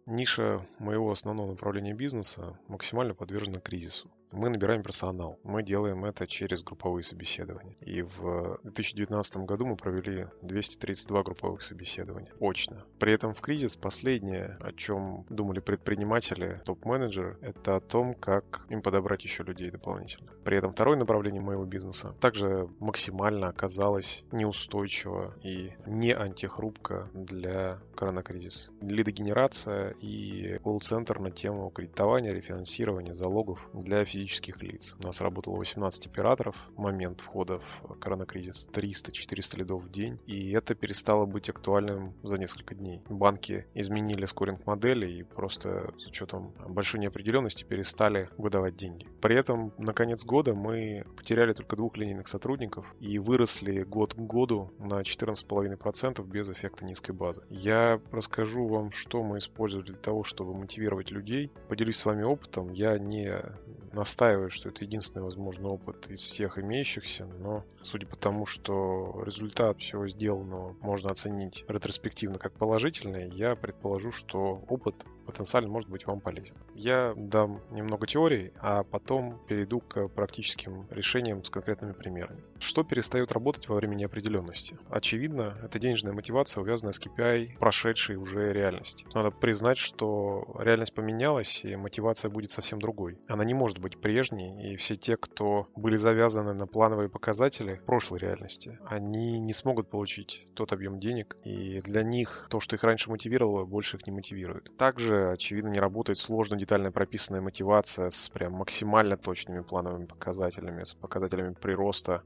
Ниша моего основного направления бизнеса максимально подвержена кризису. Мы набираем персонал. Мы делаем это через групповые собеседования. И в 2019 году мы провели 232 групповых собеседования. Очно. При этом в кризис последнее, о чем думали предприниматели, топ-менеджеры, это о том, как им подобрать еще людей дополнительно. При этом второе направление моего бизнеса также максимально оказалось неустойчиво и не антихрупко для коронакризиса. Лидогенерация и колл-центр на тему кредитования, рефинансирования, залогов для физических лиц. У нас работало 18 операторов в момент входа в коронакризис. 300-400 лидов в день. И это перестало быть актуальным за несколько дней. Банки изменили скоринг модели и просто с учетом большой неопределенности перестали выдавать деньги. При этом на конец года мы потеряли только 2 линейных сотрудников и выросли год к году на 14,5% без эффекта низкой базы. Я расскажу вам, что мы использовали для того, чтобы мотивировать людей. Поделюсь с вами опытом. Я не настаиваю, что это единственный возможный опыт из всех имеющихся, но судя по тому, что результат всего сделанного можно оценить ретроспективно как положительный, я предположу, что опыт потенциально может быть вам полезен. Я дам немного теорий, а потом перейду к практическим решениям с конкретными примерами. Что перестает работать во время неопределенности? Очевидно, это денежная мотивация, увязанная с KPI прошедшей уже реальности. Надо признать, что реальность поменялась, и мотивация будет совсем другой. Она не может быть прежней, и все те, кто были завязаны на плановые показатели прошлой реальности, они не смогут получить тот объем денег, и для них то, что их раньше мотивировало, больше их не мотивирует. Также, очевидно, не работает сложно детально прописанная мотивация с прям максимально точными плановыми показателями, с показателями прироста,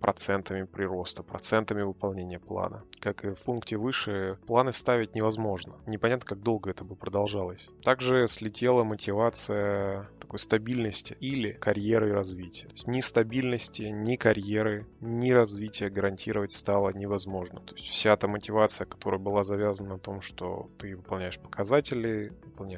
процентами выполнения плана. Как и в пункте выше, планы ставить невозможно. Непонятно, как долго это бы продолжалось. Также слетела мотивация такой стабильности или карьеры и развития. То есть ни стабильности, ни карьеры, ни развития гарантировать стало невозможно. То есть вся та мотивация, которая была завязана на том, что ты выполняешь показатели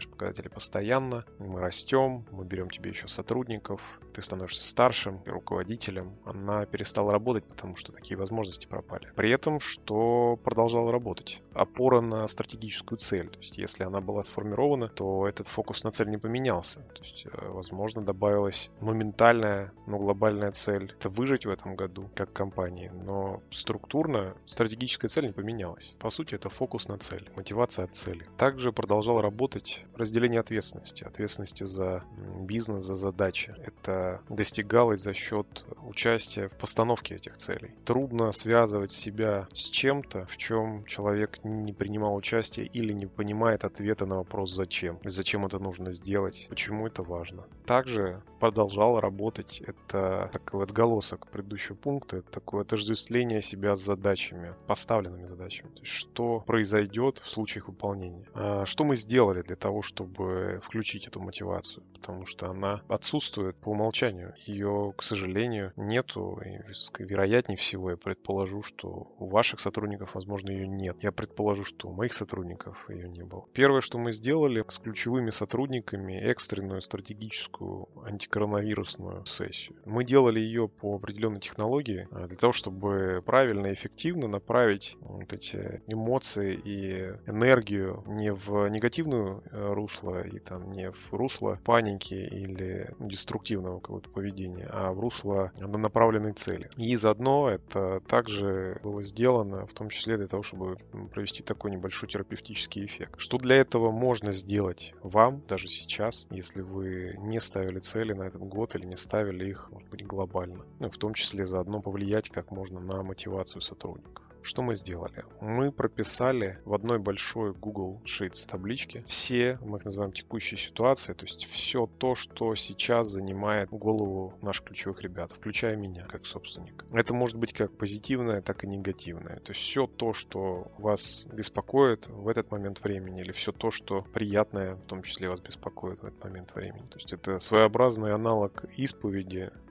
постоянно, мы растем, мы берем тебе еще сотрудников, ты становишься старшим и руководителем, она перестала работать, потому что такие возможности пропали. При этом, что продолжало работать? Опора на стратегическую цель. То есть если она была сформирована, то этот фокус на цель не поменялся. То есть, возможно, добавилась моментальная, но глобальная цель. Это выжить в этом году как компании, но структурно стратегическая цель не поменялась. По сути, это фокус на цель, мотивация от цели. Также продолжало работать разделение ответственности. Ответственности за бизнес, за задачи. Это достигалось за счет участия в постановке этих целей. Трудно связывать себя с чем-то, в чем человек не принимал участие или не понимает ответа на вопрос «зачем?». Зачем это нужно сделать? Почему это важно? Также продолжало работать это такой отголосок предыдущего пункта, это такое отождествление себя с задачами, поставленными задачами. То есть что произойдет в случае их выполнения. Что мы сделали для того, чтобы включить эту мотивацию? Потому что она отсутствует по умолчанию. Ее, к сожалению, нету. И, вероятнее всего, я предположу, что у ваших сотрудников, возможно, ее нет. Я предположу, что у моих сотрудников ее не было. Первое, что мы сделали с ключевыми сотрудниками, экстренную стратегическую антикоронавирусную сессию. Мы делали ее по определенной технологии для того, чтобы правильно и эффективно направить вот эти эмоции и энергию не в негативную русло и там не в русло паники или деструктивного какого-то поведения, а в русло направленной цели. И заодно это также было сделано, в том числе для того, чтобы провести такой небольшой терапевтический эффект. Что для этого можно сделать вам даже сейчас, если вы не ставили цели на этот год или не ставили их, может быть, глобально. Ну, в том числе заодно повлиять как можно на мотивацию сотрудников. Что мы сделали? Мы прописали в одной большой Google Sheets табличке все, мы их называем текущие ситуации, то есть все то, что сейчас занимает голову наших ключевых ребят, включая меня как собственника. Это может быть как позитивное, так и негативное. То есть все то, что вас беспокоит в этот момент времени, или все то, что приятное, в том числе вас беспокоит в этот момент времени. То есть это своеобразный аналог исповеди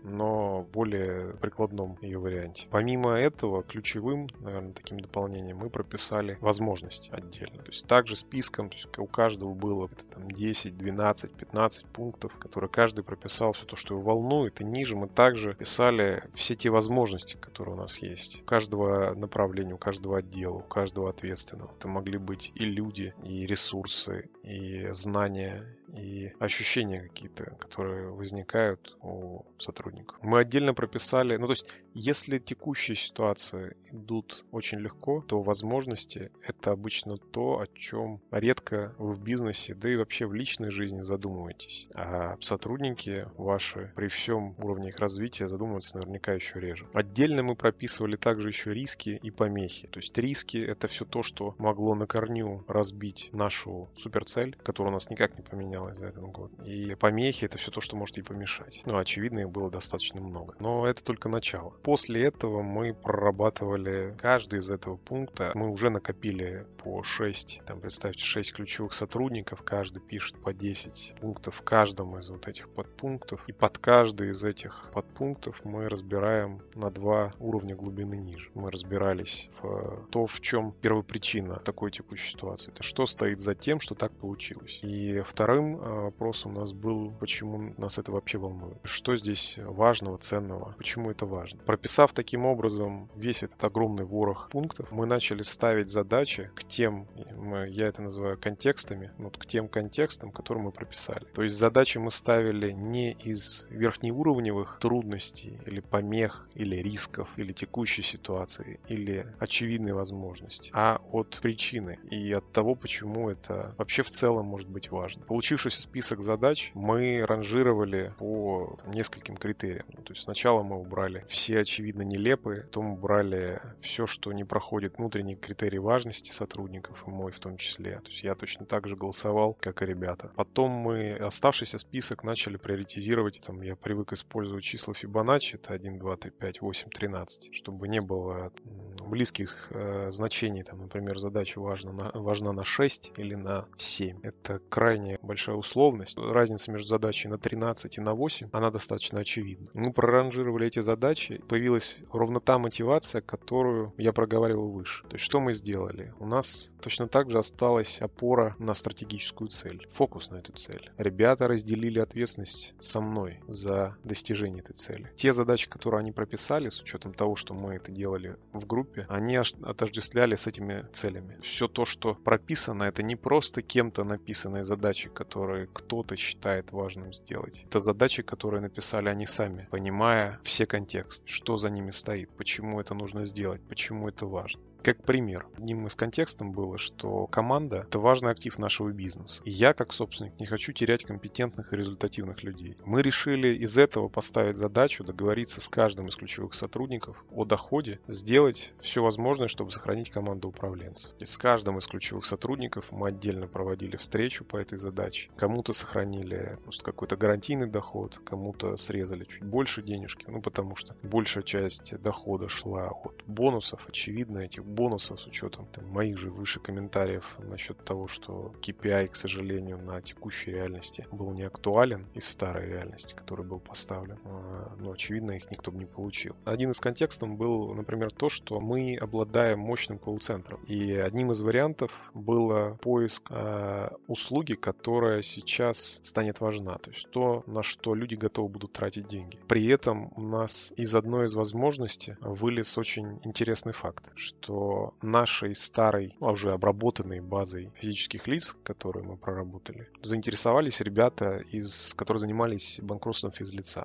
но более прикладном ее варианте. Помимо этого, ключевым, наверное, таким дополнением мы прописали возможности отдельно. То есть также списком, то есть у каждого было там 10, 12, 15 пунктов, которые каждый прописал все то, что его волнует. И ниже мы также писали все те возможности, которые у нас есть. У каждого направления, у каждого отдела, у каждого ответственного. Это могли быть и люди, и ресурсы, и знания, и ощущения какие-то, которые возникают у сотрудников. Мы отдельно прописали, то есть, если текущие ситуации идут очень легко, то возможности — это обычно то, о чем редко вы в бизнесе, да и вообще в личной жизни задумываетесь. А сотрудники ваши при всем уровне их развития задумываются наверняка еще реже. Отдельно мы прописывали также еще риски и помехи. То есть риски — это все то, что могло на корню разбить нашу суперцель, которая у нас никак не поменялась за этот год. И помехи — это все то, что может ей помешать. Очевидно, их было достаточно много. Но это только начало. После этого мы прорабатывали каждый из этого пункта. Мы уже накопили по 6, представьте, 6 ключевых сотрудников. Каждый пишет по 10 пунктов в каждом из вот этих подпунктов. И под каждый из этих подпунктов мы разбираем на 2 уровня глубины ниже. Мы разбирались в то, в чем первопричина такой текущей ситуации. Это что стоит за тем, что так получилось. И вторым вопросом у нас был, почему нас это вообще волнует. Что здесь важного, ценного, почему это важно. Прописав таким образом весь этот огромный ворох пунктов, мы начали ставить задачи к тем, я это называю контекстами, к тем контекстам, которые мы прописали. То есть задачи мы ставили не из верхнеуровневых трудностей или помех, или рисков, или текущей ситуации, или очевидной возможности, а от причины и от того, почему это вообще в целом может быть важно. Получившийся список задач мы ранжировали по нескольким критериям. То есть сначала мы убрали все очевидно нелепые, потом убрали все, что не проходит внутренний критерий важности сотрудников, и мой в том числе. То есть я точно так же голосовал, как и ребята. Потом мы оставшийся список начали приоритизировать. Я привык использовать числа Фибоначчи, это 1, 2, 3, 5, 8, 13, чтобы не было близких значений. Например, задача важна на 6 или на 7. Это крайне большая условность. Разница между задачей на 13 и на 8, она достаточно очевидна. Мы проранжировали эти задачи, появилась ровно та мотивация, которую я проговаривал выше. То есть что мы сделали? У нас точно так же осталась опора на стратегическую цель, фокус на эту цель. Ребята разделили ответственность со мной за достижение этой цели. Те задачи, которые они прописали, с учетом того, что мы это делали в группе, они отождествляли с этими целями. Все то, что прописано, это не просто кем-то написанные задачи, которые кто-то считает важным сделать. Это задачи, которые написали они сами, понимая все контексты, что за ними стоит, почему это нужно сделать, почему это важно. Как пример, одним из контекстов было, что команда — это важный актив нашего бизнеса. И я, как собственник, не хочу терять компетентных и результативных людей. Мы решили из этого поставить задачу договориться с каждым из ключевых сотрудников о доходе, сделать все возможное, чтобы сохранить команду управленцев. И с каждым из ключевых сотрудников мы отдельно проводили встречу по этой задаче. Кому-то сохранили просто какой-то гарантийный доход, кому-то срезали чуть больше денежки, потому что большая часть дохода шла от бонусов. Очевидно, этих бонусов с учетом моих же выше комментариев насчет того, что KPI, к сожалению, на текущей реальности был не актуален из старой реальности, который был поставлен. Но, очевидно, их никто бы не получил. Один из контекстов был, например, то, что мы обладаем мощным колл-центром. И одним из вариантов было поиск услуги, которая сейчас станет важна. То есть то, на что люди готовы будут тратить деньги. При этом у нас из одной из возможностей вылез очень интересный факт, что нашей старой, уже обработанной базой физических лиц, которые мы проработали, заинтересовались ребята, которые занимались банкротством физлица.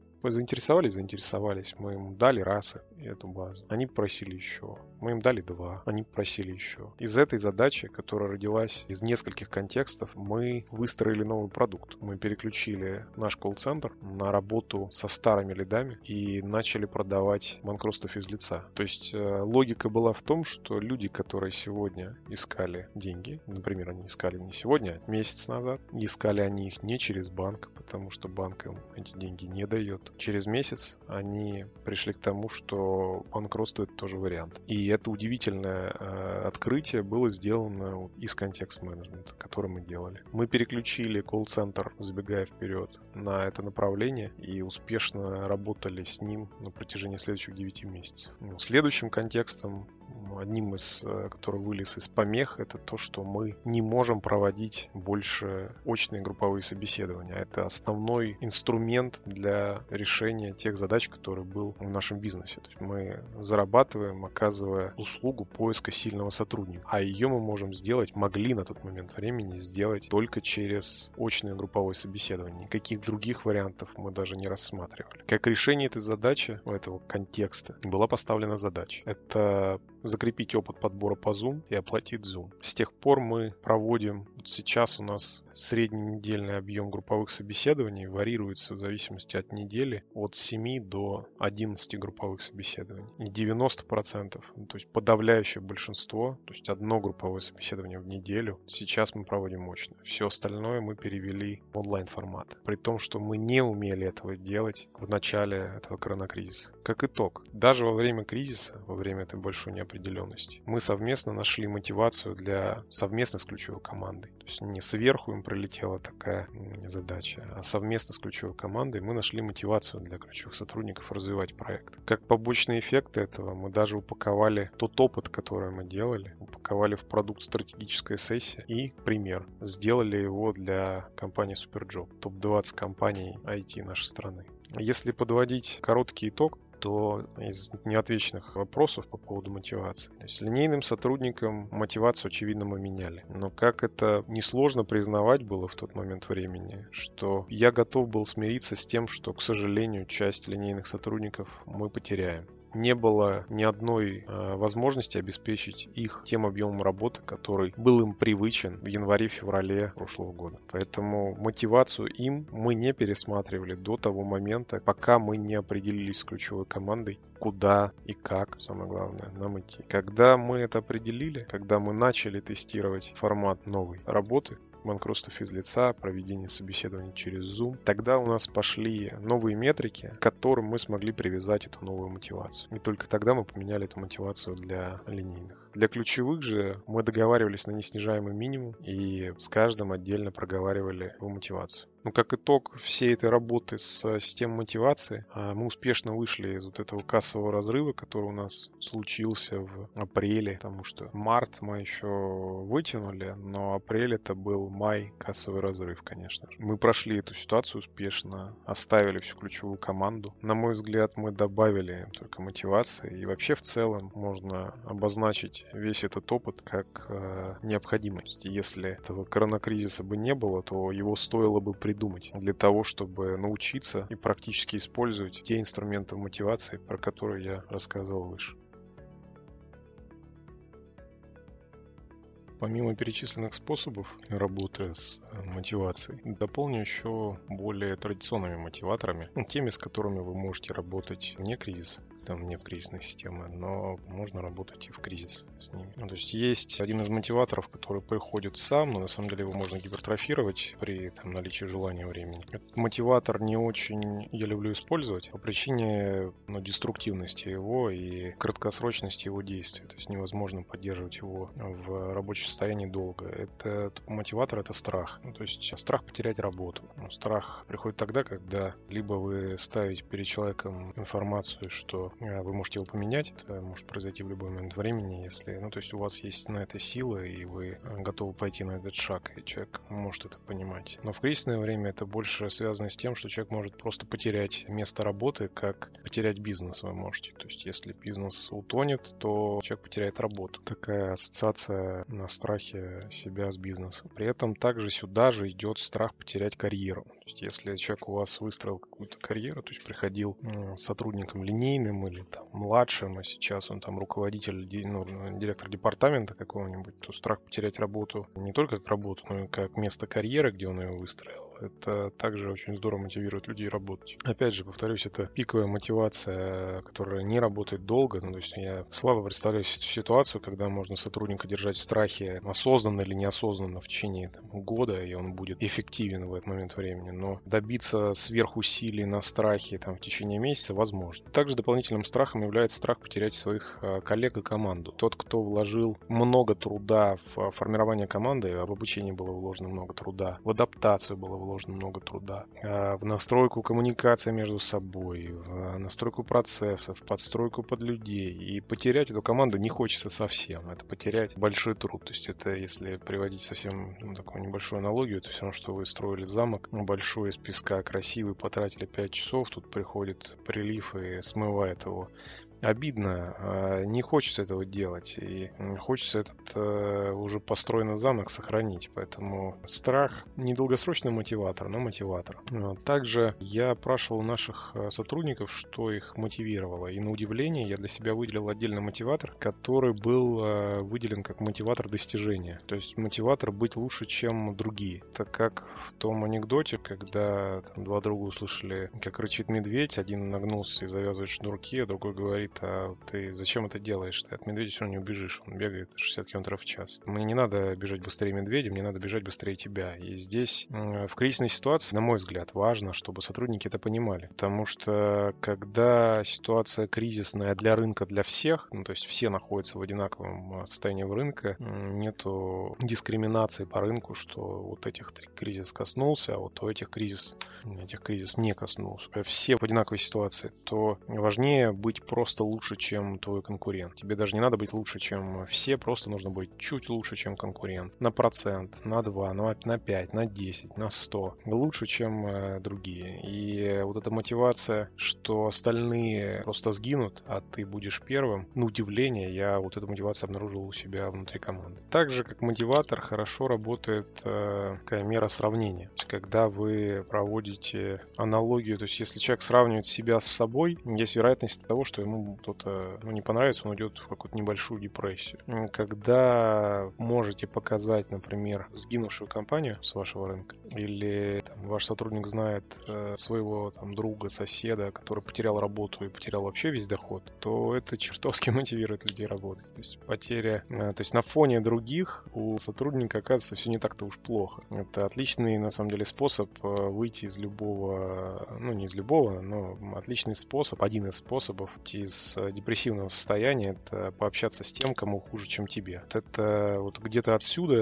Заинтересовались. Мы им дали раз эту базу. Они просили еще. Мы им дали 2. Они просили еще. Из этой задачи, которая родилась из нескольких контекстов, мы выстроили новый продукт. Мы переключили наш колл-центр на работу со старыми лидами и начали продавать банкротство физлица. То есть логика была в том, что люди, которые сегодня искали деньги, например, они искали не сегодня, а месяц назад, искали они их не через банк, потому что банк им эти деньги не дает. через месяц они пришли к тому, что банкротство — это тоже вариант. И это удивительное открытие было сделано из контекст-менеджмента, который мы делали. Мы переключили колл-центр, забегая вперед, на это направление и успешно работали с ним на протяжении следующих 9 месяцев. Следующим контекстом, одним из, который вылез из помех, это то, что мы не можем проводить больше очные групповые собеседования. Это основной инструмент для решения тех задач, которые был в нашем бизнесе. То есть мы зарабатываем, оказывая услугу поиска сильного сотрудника. А ее мы могли на тот момент времени сделать только через очное групповое собеседование. Никаких других вариантов мы даже не рассматривали. Как решение этой задачи, этого контекста, была поставлена задача. Это закрепить опыт подбора по Zoom и оплатить Zoom. С тех пор мы проводим, сейчас у нас средненедельный объем групповых собеседований варьируется в зависимости от недели от 7 до 11 групповых собеседований. И 90%, то есть подавляющее большинство, то есть одно групповое собеседование в неделю, сейчас мы проводим очно. Все остальное мы перевели в онлайн-формат. При том, что мы не умели этого делать в начале этого коронакризиса. Как итог, даже во время кризиса, во время этой большой неопределенности, мы совместно нашли мотивацию совместно с ключевой командой. То есть не сверху им прилетела такая задача, а совместно с ключевой командой мы нашли мотивацию для ключевых сотрудников развивать проект. Как побочный эффект этого мы даже упаковали тот опыт, который мы делали, упаковали в продукт стратегической сессии и пример. Сделали его для компании Superjob, топ-20 компаний IT нашей страны. Если подводить короткий итог, то из неотвеченных вопросов по поводу мотивации. То есть линейным сотрудникам мотивацию, очевидно, мы меняли. Но как это несложно признавать было в тот момент времени, что я готов был смириться с тем, что, к сожалению, часть линейных сотрудников мы потеряем. Не было ни одной возможности обеспечить их тем объемом работы, который был им привычен в январе-феврале прошлого года. Поэтому мотивацию им мы не пересматривали до того момента, пока мы не определились с ключевой командой, куда и как, самое главное, нам идти. Когда мы это определили, когда мы начали тестировать формат новой работы, банкротство физлица, проведение собеседований через Zoom. Тогда у нас пошли новые метрики, к которым мы смогли привязать эту новую мотивацию. И только тогда мы поменяли эту мотивацию для линейных. Для ключевых же мы договаривались на неснижаемый минимум и с каждым отдельно проговаривали его мотивацию. Но как итог всей этой работы с системой мотивации, мы успешно вышли из вот этого кассового разрыва, который у нас случился в апреле, потому что март мы еще вытянули, но апрель это был май, кассовый разрыв, конечно же. Мы прошли эту ситуацию успешно, оставили всю ключевую команду. На мой взгляд, мы добавили только мотивации, и вообще в целом можно обозначить весь этот опыт как необходимость. Если этого коронакризиса бы не было, то его стоило бы придумать для того, чтобы научиться и практически использовать те инструменты мотивации, про которые я рассказывал выше. Помимо перечисленных способов работы с мотивацией, дополню еще более традиционными мотиваторами, теми, с которыми вы можете работать вне кризиса, не в кризисной системе, но можно работать и в кризис с ними. То есть есть один из мотиваторов, который приходит сам, но на самом деле его можно гипертрофировать при наличии желания времени. Этот мотиватор не очень я люблю использовать по причине деструктивности его и краткосрочности его действия. То есть невозможно поддерживать его в рабочем состоянии долго. Этот мотиватор — это страх. То есть страх потерять работу. Страх приходит тогда, когда либо вы ставите перед человеком информацию, что вы можете его поменять, это может произойти в любой момент времени, если, то есть у вас есть на это силы, и вы готовы пойти на этот шаг, и человек может это понимать. Но в кризисное время это больше связано с тем, что человек может просто потерять место работы, как потерять бизнес вы можете. То есть если бизнес утонет, то человек потеряет работу. Такая ассоциация на страхе себя с бизнесом. При этом также сюда же идет страх потерять карьеру. То есть если человек у вас выстроил какую-то карьеру, то есть приходил сотрудником линейным или младшим, а сейчас он руководитель, директор департамента какого-нибудь, то страх потерять работу не только как работу, но и как место карьеры, где он ее выстроил, Это также очень здорово мотивирует людей работать. Опять же, повторюсь, это пиковая мотивация, которая не работает долго. Ну, то есть я слабо представляю ситуацию, когда можно сотрудника держать в страхе осознанно или неосознанно в течение года, и он будет эффективен в этот момент времени. Но добиться сверхусилий на страхе в течение месяца возможно. Также дополнительным страхом является страх потерять своих коллег и команду. Тот, кто вложил много труда в формирование команды, в обучении было вложено много труда, в адаптацию было вложено много труда, в настройку коммуникации между собой, в настройку процессов, подстройку под людей. И потерять эту команду не хочется совсем. Это потерять большой труд. То есть это, если приводить совсем такую небольшую аналогию, это все равно, что вы строили замок большой из песка, красивый, потратили 5 часов, тут приходит прилив и смывает его. Обидно, не хочется этого делать, и хочется этот уже построенный замок сохранить, поэтому страх не долгосрочный мотиватор, но мотиватор. Также я опрашивал наших сотрудников, что их мотивировало, и на удивление я для себя выделил отдельный мотиватор, который был выделен как мотиватор достижения, то есть мотиватор быть лучше, чем другие. Это как в том анекдоте, когда два друга услышали, как рычит медведь, один нагнулся и завязывает шнурки, а другой говорит: а ты зачем это делаешь? Ты от медведя все равно не убежишь, он бегает 60 км в час. Мне не надо бежать быстрее медведя, мне надо бежать быстрее тебя. И здесь в кризисной ситуации, на мой взгляд, важно, чтобы сотрудники это понимали. Потому что когда ситуация кризисная для рынка, для всех, то есть все находятся в одинаковом состоянии рынка, нету дискриминации по рынку, что вот этих кризис коснулся, а вот у этих кризис не коснулся. Все в одинаковой ситуации, то важнее быть просто лучше, чем твой конкурент. Тебе даже не надо быть лучше, чем все, просто нужно быть чуть лучше, чем конкурент. На процент, на 2, на 5, на 10, на 100. Лучше, чем другие. И вот эта мотивация, что остальные просто сгинут, а ты будешь первым, на удивление, я вот эту мотивацию обнаружил у себя внутри команды. Также, как мотиватор, хорошо работает такая мера сравнения. То есть, когда вы проводите аналогию, то есть если человек сравнивает себя с собой, есть вероятность того, что ему кто-то не понравится, он идет в какую-то небольшую депрессию. Когда можете показать, например, сгинувшую компанию с вашего рынка, или ваш сотрудник знает своего друга, соседа, который потерял работу и потерял вообще весь доход, то это чертовски мотивирует людей работать. То есть то есть на фоне других у сотрудника оказывается все не так-то уж плохо. Это отличный, на самом деле, способ выйти из любого, не из любого, но отличный способ, один из способов из депрессивного состояния, это пообщаться с тем, кому хуже, чем тебе. Вот где-то отсюда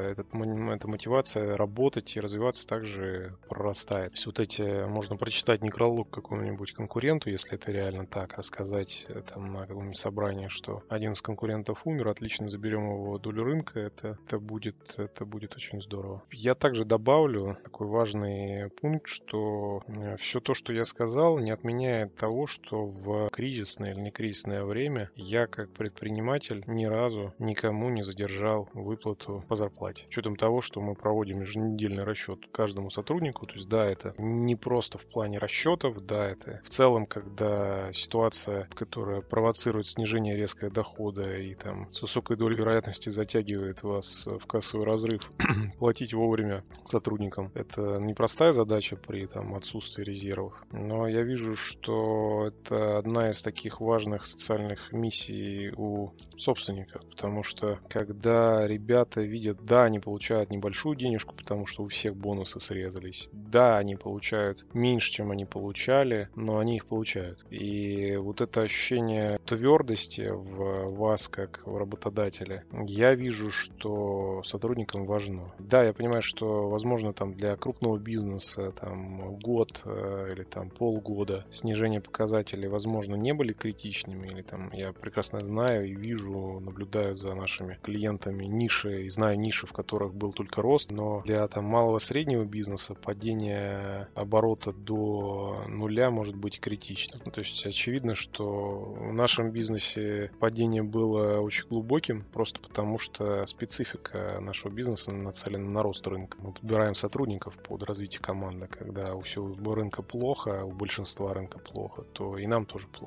эта мотивация работать и развиваться также прорастает. То есть вот эти, можно прочитать некролог какому-нибудь конкуренту, если это реально так, рассказать на каком-нибудь собрании, что один из конкурентов умер, отлично заберем его долю рынка, это будет очень здорово. Я также добавлю такой важный пункт, что все то, что я сказал, не отменяет того, что в кризисное или не кризисное время я как предприниматель ни разу никому не задержал выплату по зарплате. С учетом того, что мы проводим еженедельный расчет каждому сотруднику, то есть да, это не просто в плане расчетов, да, это в целом, когда ситуация, которая провоцирует снижение резкого дохода и с высокой долей вероятности затягивает вас в кассовый разрыв, платить вовремя сотрудникам. Это непростая задача при отсутствии резервов, но я вижу, что это одна из таких важных социальных миссий у собственника, потому что когда ребята видят, да, они получают небольшую денежку, потому что у всех бонусы срезались, да, они получают меньше, чем они получали, но они их получают. И вот это ощущение твердости в вас, как в работодателе, я вижу, что сотрудникам важно. Да, я понимаю, что, возможно, для крупного бизнеса год или полгода снижение показателей, возможно, не были критичными, или я прекрасно знаю и вижу, наблюдаю за нашими клиентами ниши и знаю ниши, в которых был только рост, но для малого среднего бизнеса падение оборота до нуля может быть критичным. То есть очевидно, что в нашем бизнесе падение было очень глубоким, просто потому что специфика нашего бизнеса нацелена на рост рынка. Мы подбираем сотрудников под развитие команды. Когда у всего рынка плохо, у большинства рынка плохо, то и нам тоже плохо.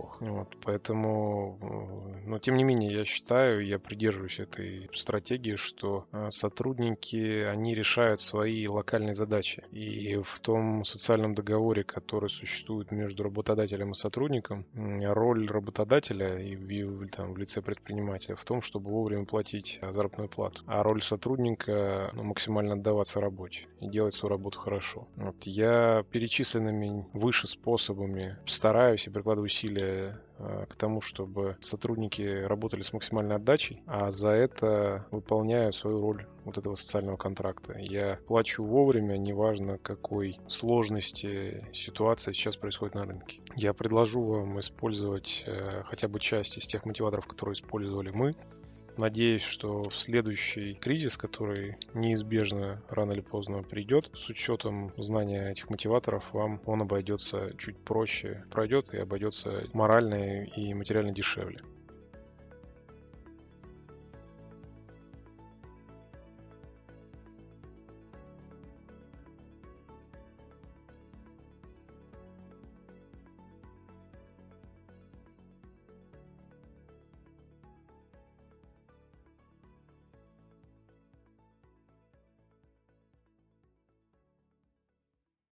Вот, поэтому, но тем не менее, я придерживаюсь этой стратегии, что сотрудники, они решают свои локальные задачи. И в том социальном договоре, который существует между работодателем и сотрудником, роль работодателя там, в лице предпринимателя в том, чтобы вовремя платить заработную плату. А роль сотрудника максимально отдаваться работе и делать свою работу хорошо. Вот, я перечисленными выше способами стараюсь и прикладываю усилия к тому, чтобы сотрудники работали с максимальной отдачей, а за это выполняю свою роль вот этого социального контракта. Я плачу вовремя, неважно какой сложности ситуация сейчас происходит на рынке. Я предложу вам использовать хотя бы часть из тех мотиваторов, которые использовали мы. Надеюсь, что в следующий кризис, который неизбежно рано или поздно придет, с учетом знания этих мотиваторов, вам он обойдется чуть проще, пройдет и обойдется морально и материально дешевле.